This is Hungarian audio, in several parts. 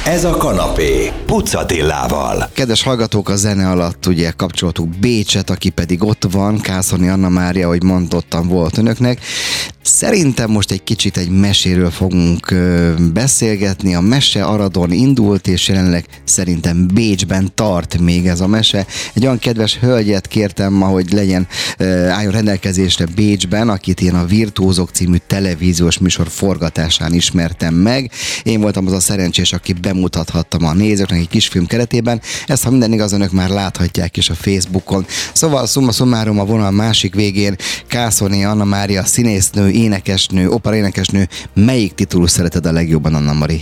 Ez a kanapé Puc Attilával. Kedves hallgatók, a zene alatt ugye kapcsolatuk Bécset, aki pedig ott van, Kászorné Anna Mária, ahogy mondottam, volt önöknek. Szerintem most egy kicsit egy meséről fogunk beszélgetni. A mese Aradon indult, és jelenleg szerintem Bécsben tart még ez a mese. Egy olyan kedves hölgyet kértem ma, hogy álljon rendelkezésre Bécsben, akit én a Virtuózok című televíziós műsor forgatásán ismertem meg. Én voltam az a szerencsés, aki bemutathattam a nézőknek egy kisfilm keretében. Ezt, ha minden igaz, önök már láthatják is a Facebookon. Szóval summa summarum, a vonal másik végén Kászorné Anna Mária, színésznő, énekesnő, operaénekesnő. Melyik titulus szereted a legjobban, Anna Mari?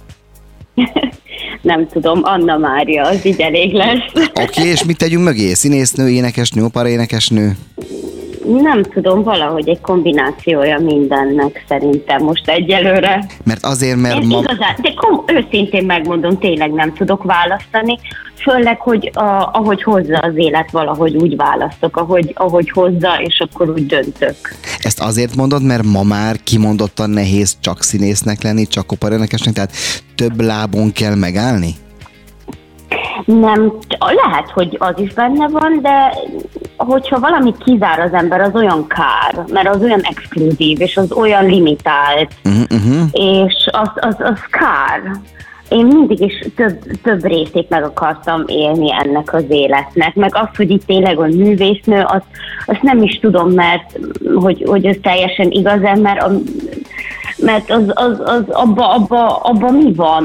Nem tudom, Anna Mária, az így elég lesz. Oké, és mit tegyünk mögé? Színésznő, énekesnő, operaénekesnő? Nem tudom, valahogy egy kombinációja mindennek szerintem most egyelőre. Mert azért, őszintén megmondom, tényleg nem tudok választani, főleg, hogy ahogy hozza az élet, valahogy úgy választok, ahogy hozza, és akkor úgy döntök. Ezt azért mondod, mert ma már kimondottan nehéz csak színésznek lenni, csak operaénekesnek, tehát több lábon kell megállni? Nem, lehet, hogy az is benne van, de hogyha valamit kizár az ember, az olyan kár, mert az olyan exkluzív, és az olyan limitált, és az kár. Én mindig is több részét meg akartam élni ennek az életnek, meg az, hogy itt tényleg a művésznő, azt nem is tudom, mert hogy ez teljesen igaz, mert az abba mi van,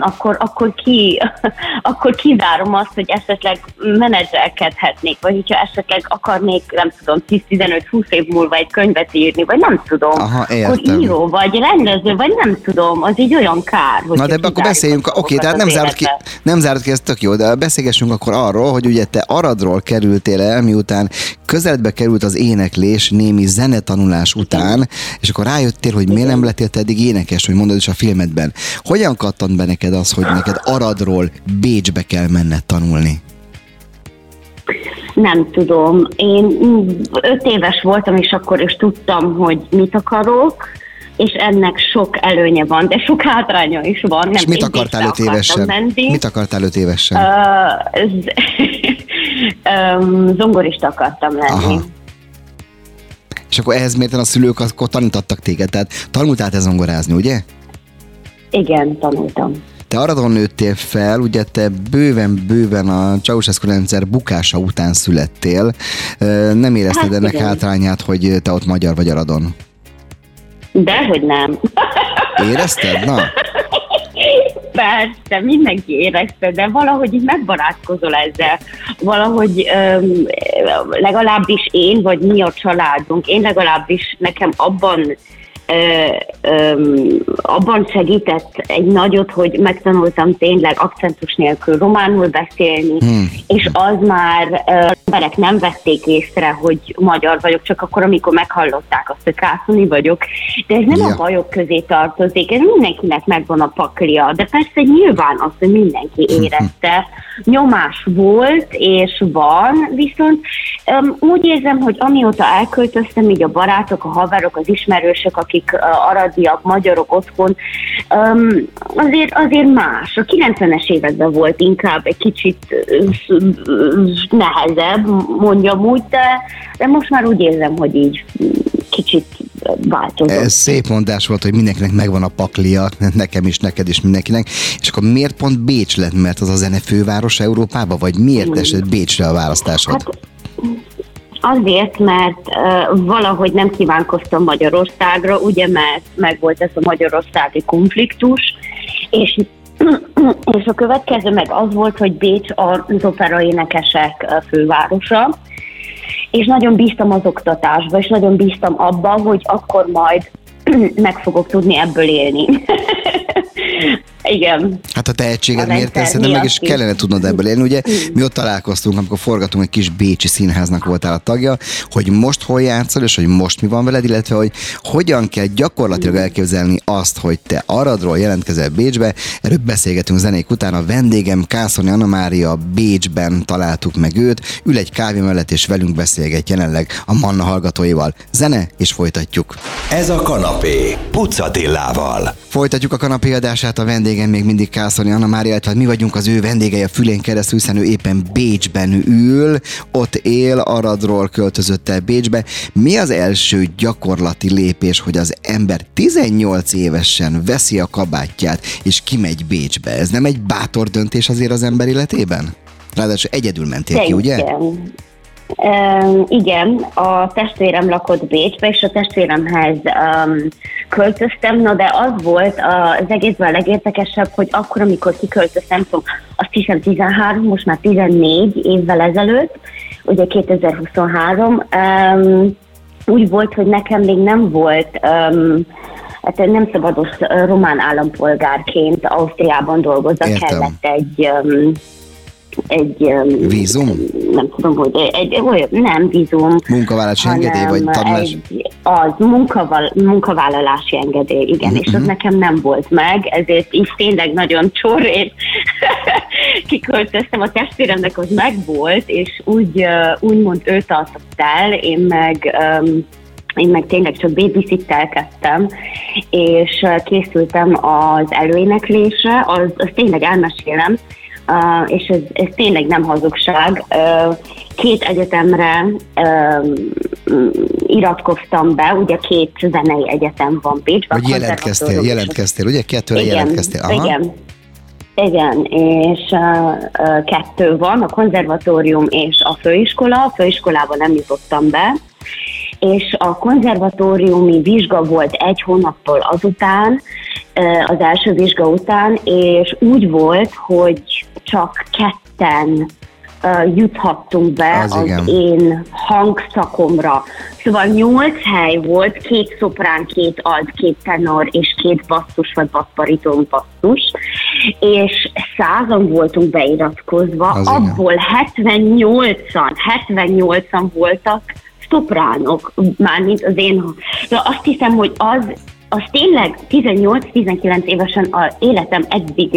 akkor kizárom azt, hogy esetleg menedzselkedhetnék, vagy hogyha esetleg akarnék, nem tudom, 10-15-20 év múlva egy könyvet írni, vagy nem tudom, akkor író, vagy rendező, vagy nem tudom, az így olyan kár. Na de akkor beszéljünk, oké, tehát nem zárt ki, ez tök jó, de beszélgessünk akkor arról, hogy ugye te Aradról kerültél el, miután közeledbe került az éneklés némi zenetanulás után, és akkor rájöttél, hogy miért nem lettél te eddig énekes, hogy mondod is a filmedben. Hogyan kattant be neked az, hogy neked Aradról Bécsbe kell menned tanulni? Nem tudom. Én 5 éves voltam, és akkor is tudtam, hogy mit akarok, és ennek sok előnye van, de sok hátránya is van. És mit akartál 5 évesen? Mit akartál 5 évesen? Zongorista akartam lenni. Aha. És akkor ehhez mérten a szülők akkor tanítattak téged, tehát tanultál te zongorázni, ugye? Igen, tanultam. Te Aradon nőttél fel, ugye te bőven a Ceausescu rendszer bukása után születtél. Nem érezted ennek igen. hátrányát, hogy te ott magyar vagy Aradon? Dehogy nem. Érezted? Na? Persze, mindenki érezte, de valahogy így megbarátkozol ezzel. Valahogy legalábbis én, vagy mi a családunk, én legalábbis nekem abban segített egy nagyot, hogy megtanultam tényleg akcentus nélkül románul beszélni, és az már emberek nem vették észre, hogy magyar vagyok, csak akkor, amikor meghallották azt, hogy Kászorné vagyok. De ez nem a bajok közé tartozik, ez mindenkinek megvan a paklia, de persze nyilván az, hogy mindenki érezte, nyomás volt, és van, viszont úgy érzem, hogy amióta elköltöztem, így a barátok, a haverok, az ismerősök, akik aradiak, magyarok otthon, azért más. A 90-es években volt inkább egy kicsit nehezebb, mondjam úgy, de most már úgy érzem, hogy így kicsit változott. Ez szép mondás volt, hogy mindenkinek megvan a paklia, nekem is, neked is, mindenkinek. És akkor miért pont Bécs lett, mert az a zene főváros Európában, vagy miért esett Bécsre a választásod? Hát, azért, mert valahogy nem kívánkoztam Magyarországra, ugye, mert megvolt ez a magyarországi konfliktus, és a következő meg az volt, hogy Bécs az operaénekesek fővárosa, és nagyon bíztam az oktatásba, és nagyon bíztam abba, hogy akkor majd meg fogok tudni ebből élni. Igen. Hát a tehetséged miért teszed, de meg is kellene tudnod ebből élni. Ugye mi ott találkoztunk, amikor forgatunk, egy kis bécsi színháznak voltál a tagja, hogy most hol játszol, és hogy most mi van veled, illetve hogy hogyan kell gyakorlatilag elképzelni azt, hogy te Aradról jelentkezel Bécsbe. Erről beszélgetünk zenék után. A vendégem Kászorné Anna Mária, Bécsben találtuk meg őt, ül egy kávé mellett, és velünk beszélget jelenleg a Manna hallgatóival. Zene, és folytatjuk. Ez a kanapé Puc Attilával. Folytatjuk a kanapé adását, a vendégem vendégem még mindig Kászorni Anna Mária, illetve mi vagyunk az ő vendégei a fülén keresztül, hiszen ő éppen Bécsben ül, ott él, Aradról költözött el Bécsbe. Mi az első gyakorlati lépés, hogy az ember 18 évesen veszi a kabátját, és kimegy Bécsbe? Ez nem egy bátor döntés azért az ember életében? Ráadásul egyedül mentél ki, ugye? Igen, a testvérem lakott Bécsbe, és a testvéremhez költöztem, de az volt az egészben a legérdekesebb, hogy akkor, amikor kiköltöztem, azt hiszem 13, most már 14 évvel ezelőtt, ugye 2023, úgy volt, hogy nekem még nem volt, hát nem szabados román állampolgárként Ausztriában dolgozni, kellett egy vízum? Nem tudom, hogy nem vízum. Munkavállalási engedély, vagy tanulás? Munkavállalási engedély, igen, és az nekem nem volt meg, ezért így tényleg nagyon csorrét kiköltöztem, a testvéremnek az megvolt, és úgymond ő tartott el, én meg tényleg csak babysittelkedtem, és készültem az előéneklésre, az tényleg elmesélem, és ez tényleg nem hazugság. 2 egyetemre iratkoztam be, ugye 2 zenei egyetem van Bécsben. Hogy jelentkeztél, ugye? 2-re jelentkeztél. Aha. Igen, és 2 van, a konzervatórium és a főiskola. A főiskolában nem jutottam be, és a konzervatóriumi vizsga volt 1 hónappal azután, az első vizsga után, és úgy volt, hogy csak 2 juthattunk be az én hangszakomra. Szóval 8 hely volt, 2 szoprán, 2 alt, 2 tenor és 2 basszus vagy basszbariton basszus, és 100-an voltunk beiratkozva, abból 78-an voltak szopránok, mármint az én. De azt hiszem, hogy az tényleg 18-19 évesen az életem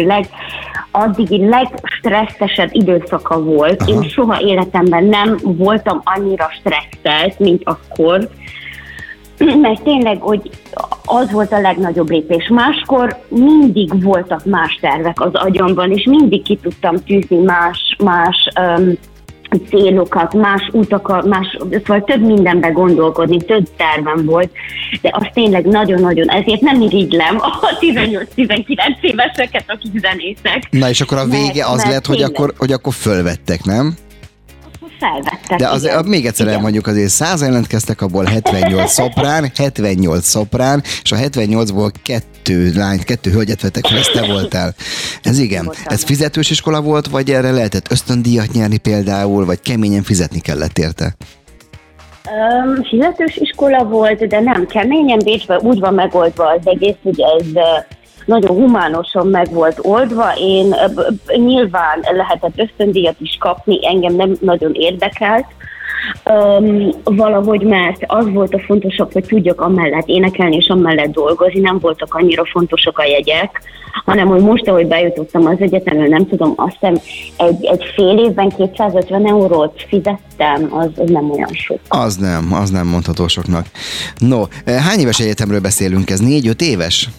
addigi legstresszesebb időszaka volt. Aha. Én soha életemben nem voltam annyira stresszelt, mint akkor, mert tényleg, hogy az volt a legnagyobb lépés. Máskor mindig voltak más tervek az agyamban, és mindig ki tudtam tűzni más célokat, más utakat, szóval több mindenben gondolkodni, több tervem volt, de az tényleg nagyon-nagyon, ezért nem irigylem a 18-19 éveseket, akik zenészek. Na és akkor a vége az lett, hogy akkor fölvettek, nem? Felvettek. De azért még egyszer elmondjuk, azért 100 jelentkeztek, abból 78 szoprán, és a 78-ból 2 lányt, 2 hölgyet vettek fel, ez te voltál. Ez igen. Ez fizetős iskola volt, vagy erre lehetett ösztöndíjat nyerni például, vagy keményen fizetni kellett érte? Fizetős iskola volt, de nem keményen. Bécsben úgy van megoldva az egész, hogy ez nagyon humánosan meg volt oldva. Én nyilván lehetett ösztöndíjat is kapni, engem nem nagyon érdekelt. Valahogy, mert az volt a fontosabb, hogy tudjak amellett énekelni és amellett dolgozni, nem voltak annyira fontosak a jegyek, hanem hogy most, ahogy bejutottam az egyetemre, nem tudom, azt hiszem egy fél évben 250 eurót fizettem, az nem olyan sok. Az nem mondható soknak. No, hány éves egyetemről beszélünk? Ez 4-5 éves?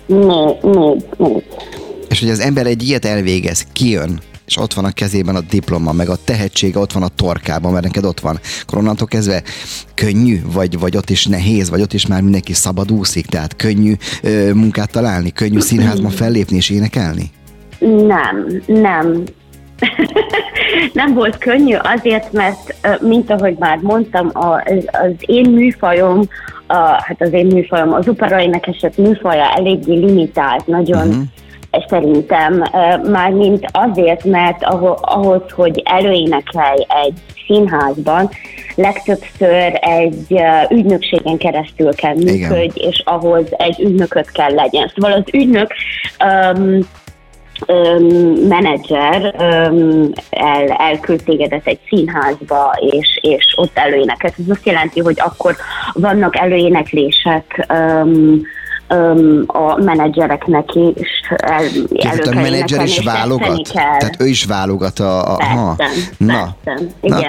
4. És hogy az ember egy ilyet elvégez, kijön, és ott van a kezében a diploma, meg a tehetsége ott van a torkában, mert neked ott van. Akkor onnantól kezdve könnyű, vagy ott is nehéz, vagy ott is már mindenki szabadúszik, tehát könnyű munkát találni, könnyű színházban fellépni és énekelni? Nem. Nem volt könnyű azért, mert mint ahogy már mondtam, az én műfajom, az operaénekesek műfaja eléggé limitált, nagyon szerintem, mármint azért, mert ahhoz, hogy előénekelj egy színházban, legtöbbször egy ügynökségen keresztül kell működj, és ahhoz egy ügynököt kell legyen. Szóval az ügynök menedzser elküld tégedet egy színházba, és ott előénekelsz. Ez azt jelenti, hogy akkor vannak előéneklések a menedzsereknek is tehát a menedzser is válogat? Tehát ő is válogat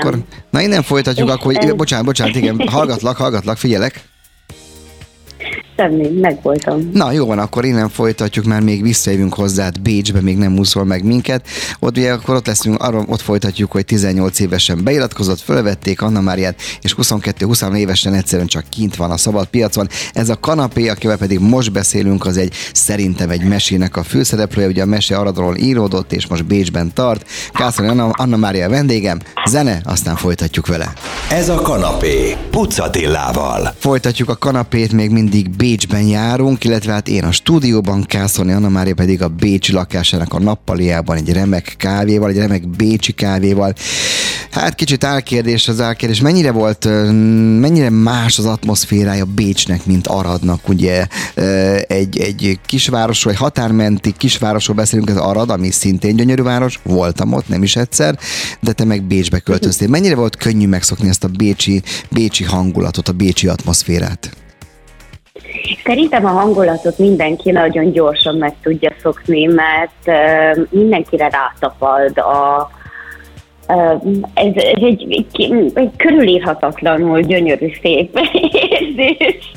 Na innen folytatjuk, akkor, bocsánat, igen, hallgatlak, figyelek. semmi, megvoltam. Na jó van, akkor innen folytatjuk, mert még visszajövünk hozzád Bécsbe, még nem úszol meg minket. Ott ugye akkor ott leszünk, ott folytatjuk, hogy 18 évesen beiratkozott, fölvették Anna Máriát, és 22-23 évesen egyszerűen csak kint van a szabad piacon. Ez a kanapé, akivel pedig most beszélünk, az szerintem egy mesének a főszereplője, ugye a mese Aradról íródott, és most Bécsben tart. Kászlói Anna Mária vendégem, zene, aztán folytatjuk vele. Ez a kanapé Puc Attilával. Folytatjuk a kanapét, még mindig Bécsben járunk, illetve hát én a stúdióban, Kászlói Anna Mária pedig a bécsi lakásának a nappaliában egy remek kávéval, egy remek bécsi kávéval. Hát kicsit álkérdés, mennyire más az atmoszférája Bécsnek, mint Aradnak, ugye egy kisvárosról, egy határmenti kisvárosról beszélünk, ez Arad, ami szintén gyönyörű város, voltam ott, nem is egyszer, de te meg Bécsbe költöztél. Mennyire volt könnyű megszokni ezt a bécsi hangulatot, a bécsi atmoszférát? Szerintem a hangulatot mindenki nagyon gyorsan meg tudja szokni, mert mindenkire rátapad ez egy körülírhatatlanul gyönyörű, szép érzés.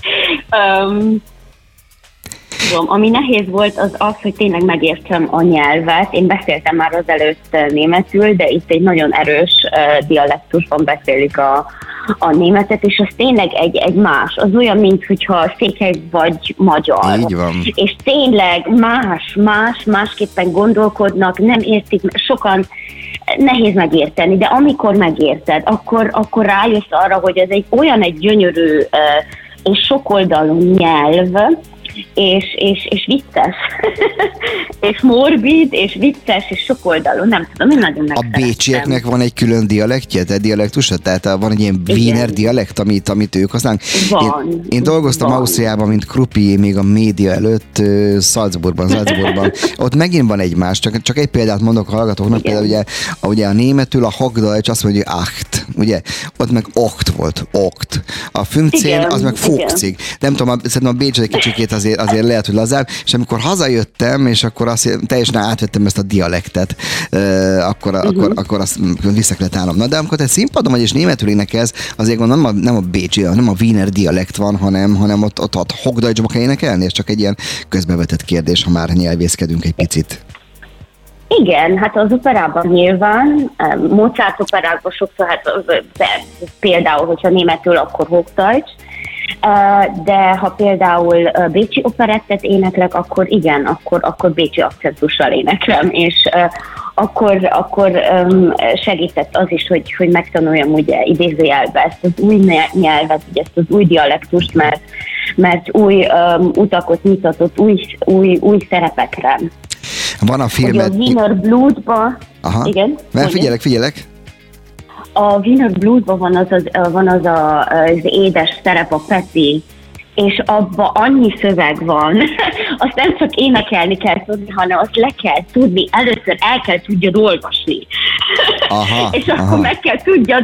Ami nehéz volt, az az, hogy tényleg megértsem a nyelvet. Én beszéltem már azelőtt németül, de itt egy nagyon erős dialektusban beszélik a németet, és az tényleg egy más. Az olyan, mintha székely vagy magyar. Így van. És tényleg másképpen gondolkodnak, nem értik, sokan nehéz megérteni, de amikor megérted, akkor rájössz arra, hogy ez egy gyönyörű és sokoldalú nyelv, és vicces, és morbid, és vicces, és sokoldalú, nem tudom, én nagyon megszerettem. A bécsieknek van egy külön dialektje, te dialektusa? Tehát van egy ilyen Wiener dialekt, amit ők használnak? Én dolgoztam Ausztriában, mint krupi, még a média előtt, Salzburgban. Ott megint van egy más, csak egy példát mondok a hallgatóknak, például ugye a németül a Hochdeutsch azt mondja, hogy acht, ugye? Ott meg ocht volt, okt. A Fünfzehn az meg 50. Nem tudom, szerintem a Bécs egy kicsikét azért lehet, hogy lazább, és amikor hazajöttem, és akkor teljesen átvettem ezt a dialektet, akkor azt vissza kellett állnom. Na, de amikor te színpadon vagy és németül énekelsz, azért gondolom nem a bécsi, nem a Wiener dialekt van, hanem ott Hochdeutschba kell énekelni, és csak egy ilyen közbevetett kérdés, ha már nyelvészkedünk egy picit. Igen, hát az operában nyilván, Mozart operákban sokszor, például, hogyha németül, akkor Hochdeutsch, de ha például bécsi operettet éneklek, akkor igen, akkor bécsi akcentussal éneklem, és akkor segített az is, hogy megtanuljam ugye idézőjelbe ezt az új nyelvet, ugye ezt az új dialektust, mert új utakat nyitatott új szerepekre. Van a filmet... A Wiener Bloodban... Igen? Figyelek. A Wiener Bluesban van az édes szerep, a Peti, és abban annyi szöveg van, azt nem csak énekelni kell tudni, hanem azt le kell tudni, először el kell tudjad olvasni. És akkor meg kell tudjad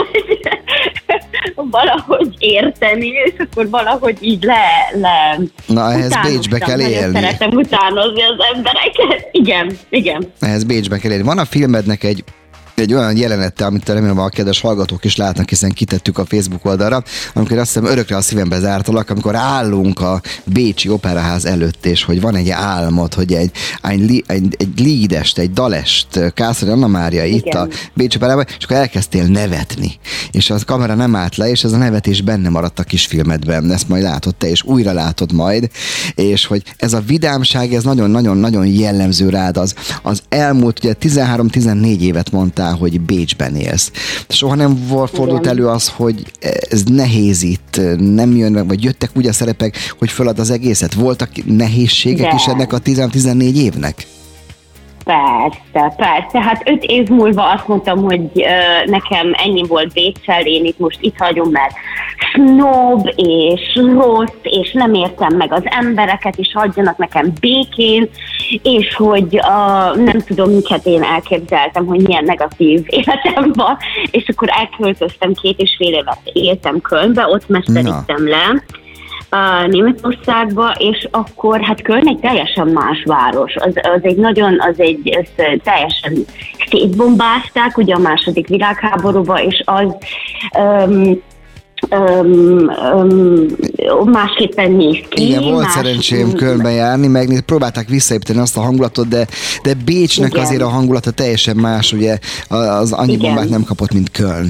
valahogy érteni, és akkor valahogy így Na, ehhez Bécsbe kell élni. Szeretem utánozni az embereket. Igen. Ehhez Bécsbe kell élni. Van a filmednek egy olyan jelenete, amit remélem a kedves hallgatók is látnak, hiszen kitettük a Facebook oldalra, amikor azt hiszem örökre a szívembe zártalak, amikor állunk a Bécsi Operaház előtt, és hogy van egy álmod, hogy egy lídest, egy dalest, Kászlói Anna Mária itt a Bécsi Operában, és akkor elkezdtél nevetni. És a kamera nem állt le, és ez a nevetés benne maradt a kisfilmedben. Ezt majd látod te, és újra látod majd, és hogy ez a vidámság, ez nagyon-nagyon-nagyon jellemző rád. Az elmúlt, ugye 13-14 évet mondtál, hogy Bécsben élsz. Soha nem fordult elő az, hogy ez nehéz itt, nem jön meg, vagy jöttek úgy a szerepek, hogy fölad az egészet? Voltak nehézségek is ennek a 13-14 évnek? Persze. Hát 5 év múlva azt mondtam, hogy nekem ennyi volt Béccsel, én itt hagyom, mert snob és rossz, és nem értem meg az embereket, és hagyjanak nekem békén, és hogy nem tudom, miket én elképzeltem, hogy milyen negatív életem van, és akkor elköltöztem 2,5 évet éltem Kölnbe, ott mesterítem le Németországba, és akkor hát Köln egy teljesen más város. Ezt teljesen szétbombázták ugye a II. Világháborúba, és másképpen néz ki. Igen, volt szerencsém Kölnbe járni, próbálták visszaépíteni azt a hangulatot, de Bécsnek igen. Azért a hangulata teljesen más, ugye az annyi bombát nem kapott, mint Köln.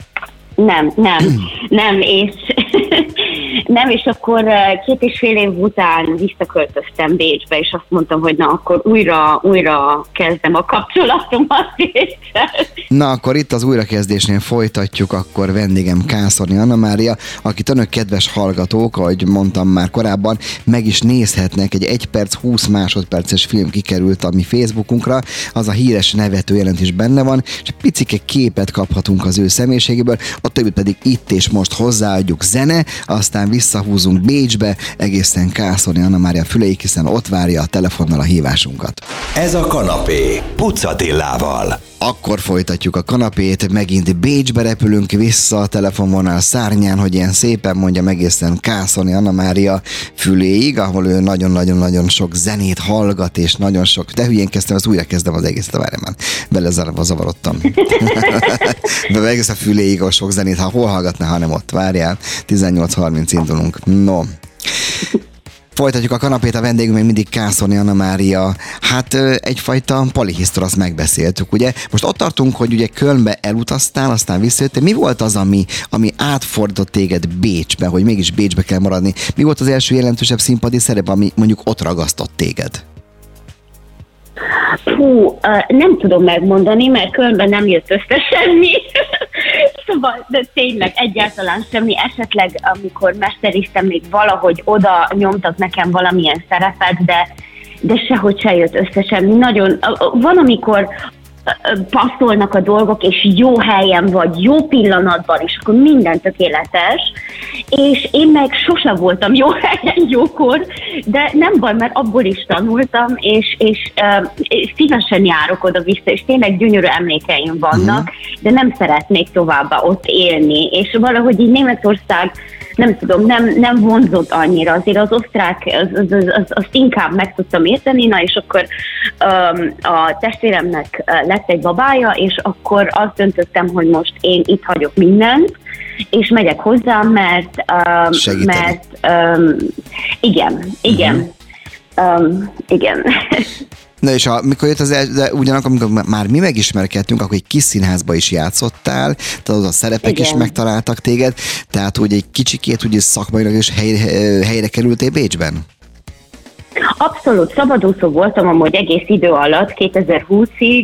Nem, és akkor 2,5 év után visszaköltöztem Bécsbe, és azt mondtam, hogy na, akkor újra kezdem a kapcsolatomat Béccsel. Na, akkor itt az újrakezdésnél folytatjuk, akkor vendégem Kászorni Anna Mária, akit önök kedves hallgatók, ahogy mondtam már korábban, meg is nézhetnek, egy 1 perc 20 másodperces film kikerült a mi Facebookunkra, az a híres nevető jelentés benne van, és picike képet kaphatunk az ő személyiségéből, a többit pedig itt és most hozzáadjuk zene, aztán visszahúzunk Bécsbe, egészen Kászorni Anna Mária füleig, hiszen ott várja a telefonnal a hívásunkat. Ez a kanapé Puc Attilával. Akkor folytatjuk a kanapét, megint Bécsbe repülünk vissza a telefonvonal szárnyán, hogy ilyen szépen mondjam egészen Kászorni Anna Mária füléig, ahol ő nagyon-nagyon-nagyon sok zenét hallgat, és nagyon sok, de hülyén kezdtem, az újra kezdem az egészet, várjam már, belezavarodtam. De egész a füléig, ahol sok zenét, hol hallgatná, ha nem ott, várjál, 18:30 indulunk. No. Folytatjuk a kanapét, a vendégünk még mindig Kászorni Anna Mária. Hát egyfajta polihisztor, azt megbeszéltük, ugye? Most ott tartunk, hogy ugye Kölnbe elutaztál, aztán visszajöttél. Mi volt az, ami átfordított téged Bécsbe, hogy mégis Bécsbe kell maradni? Mi volt az első jelentősebb színpadi szerep, ami mondjuk ott ragasztott téged? Nem tudom megmondani, mert Kölnben nem jött össze semmi. Szóval, de tényleg egyáltalán semmi. Esetleg, amikor mesteriztem, még valahogy oda nyomtak nekem valamilyen szerepet, de sehogy se jött össze semmi. Nagyon, van, amikor passzolnak a dolgok, és jó helyen vagy, jó pillanatban, és akkor minden tökéletes, és én meg sose voltam jó helyen, jókor, de nem baj, mert abból is tanultam, és szívesen járok oda-vissza, és tényleg gyönyörű emlékeim vannak, de nem szeretnék továbbá ott élni, és valahogy így Németország, nem tudom, nem vonzott annyira, azért az osztrák, azt inkább meg tudtam érteni, na és akkor a testvéremnek lett egy babája, és akkor azt döntöttem, hogy most én itt hagyok mindent, és megyek hozzá, mert igen. Na és mikor jött de ugyanakkor, amikor már mi megismerkedtünk, akkor egy kis színházba is játszottál, tehát a szerepek igen. is megtaláltak téged, tehát úgy egy kicsikét úgy szakmailag is helyre kerültél Bécsben? Abszolút, szabadúszó voltam amúgy egész idő alatt, 2020-ig,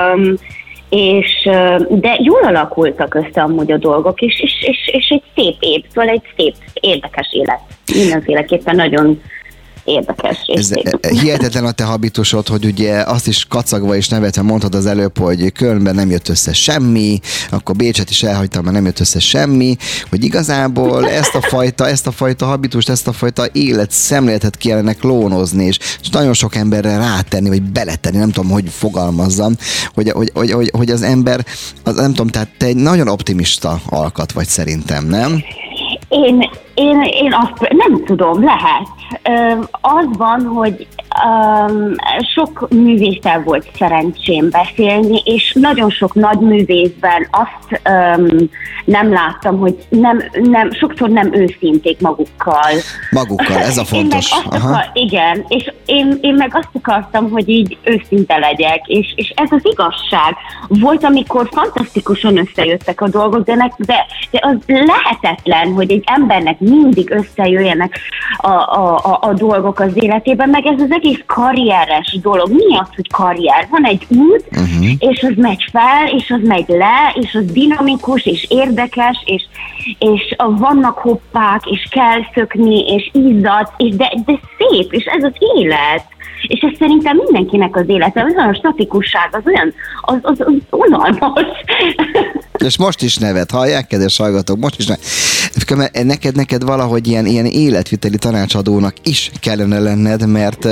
de jól alakultak össze amúgy a dolgok, és egy szép év, szóval egy szép, érdekes élet. Mindenféleképpen nagyon érdekes. Ez hihetetlen a te habitusod, hogy ugye azt is kacagva és nevetve mondtad az előbb, hogy Kölnben nem jött össze semmi, akkor Bécset is elhagytam, mert nem jött össze semmi, hogy igazából ezt a fajta habitust, ezt a fajta életszemléletet kellene klónozni, és nagyon sok emberre rátenni, vagy beletenni, nem tudom, hogy fogalmazzam, hogy az ember, nem tudom, tehát te egy nagyon optimista alkat vagy szerintem, nem? Én azt nem tudom, lehet. Az van, hogy sok művésszel volt szerencsém beszélni, és nagyon sok nagy művészben azt nem láttam, hogy sokszor nem őszinték magukkal. Magukkal, ez a fontos. Igen, és én meg azt akartam, hogy így őszinte legyek, és ez az igazság. Volt, amikor fantasztikusan összejöttek a dolgok, de az lehetetlen, hogy egy embernek mindig összejöjjenek a dolgok az életében, meg ez az egész karrieres dolog. Mi az, hogy karrier? Van egy út, és az megy fel, és az megy le, és az dinamikus, és érdekes, és vannak hoppák, és kell szökni, és izzadsz, de szép, és ez az élet. És ez szerintem mindenkinek az élete, az olyan statikusság, az olyan, az unalmas. És most is nevet, hallják, kedves hallgatók, most is neked valahogy ilyen életviteli tanácsadónak is kellene lenned, mert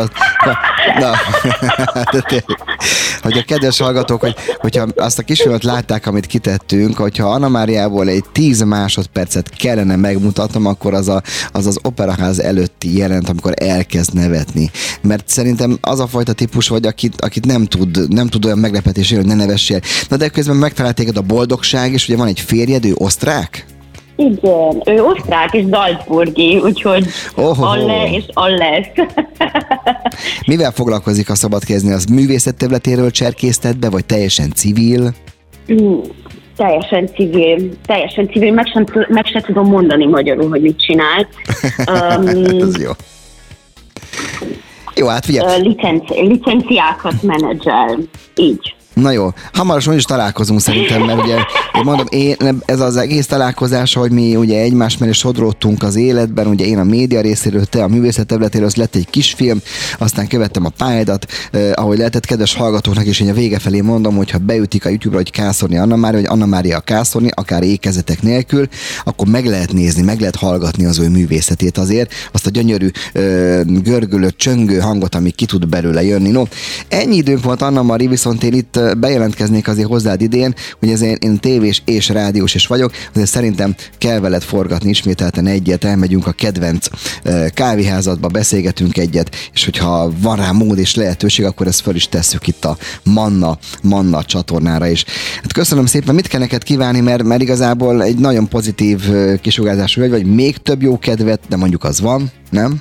hogy a kedves hallgatók, hogyha azt a kisfilmet látták, amit kitettünk, hogyha Anna Máriából egy 10 másodpercet kellene megmutatnom, akkor az operaház előtti jelent, amikor elkezd nevetni. Mert szerintem az a fajta típus vagy, akit nem tud olyan meglepetés, hogy ne nevessél. Na de közben megtalált téged a boldogság, és ugye van egy férjed, ő osztrák? Igen, ő osztrák és Salzburgi, úgyhogy alle és alles. Mivel foglalkozik, ha szabad kérdezni? Az művészet területéről cserkésztet be, vagy teljesen civil? Teljesen civil, meg sem tudom mondani magyarul, hogy mit csinált. Ez jó. Jó, hát figyelj. Licenciákat menedzsel, így. Na jó, hamarosan is találkozunk szerintem, mert ugye, én mondom, ez az egész találkozás, hogy mi ugye egymás mellé sodródtunk az életben, ugye én a média részéről, te a művészet területéről, az lett egy kisfilm, aztán követtem a pályádat, ahogy lehetett, kedves hallgatóknak is én a vége felé mondom, hogy ha beütik a YouTube-ra, hogy Kászorné Anna Mária, vagy Anna Mária Kászorné, akár ékezetek nélkül, akkor meg lehet nézni, meg lehet hallgatni az ő művészetét azért, azt a gyönyörű, görgölő, csöngő hangot, ami ki tud belőle jönni. No, ennyi időnk volt, Anna Mari, viszont én itt bejelentkeznék azért hozzád idén, hogy ezért én tévés és rádiós is vagyok, azért szerintem kell veled forgatni ismételten egyet, elmegyünk a kedvenc kávéházadba, beszélgetünk egyet, és hogyha van rá mód és lehetőség, akkor ezt föl is tesszük itt a Manna csatornára is. Hát köszönöm szépen, mit kell neked kívánni, mert igazából egy nagyon pozitív kisugárzású vagy még több jó kedvet, de mondjuk az van, nem?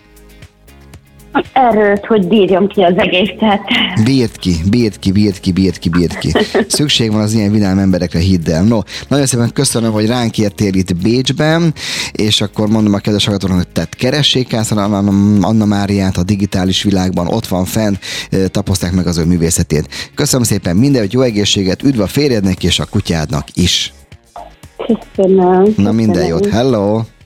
Erőt, hogy bírjam ki az egészet. Bírd ki. Szükség van az ilyen vidám emberekre, hidd el. No, nagyon szépen köszönöm, hogy ránk értél itt Bécsben, és akkor mondom a kedves hallgatóknak, hogy tehát keressék Anna Máriát a digitális világban, ott van fenn, tapasztalják meg az ő művészetét. Köszönöm szépen, mindenütt jó egészséget, üdv a férjednek és a kutyádnak is. Köszönöm. Na minden jót, hello!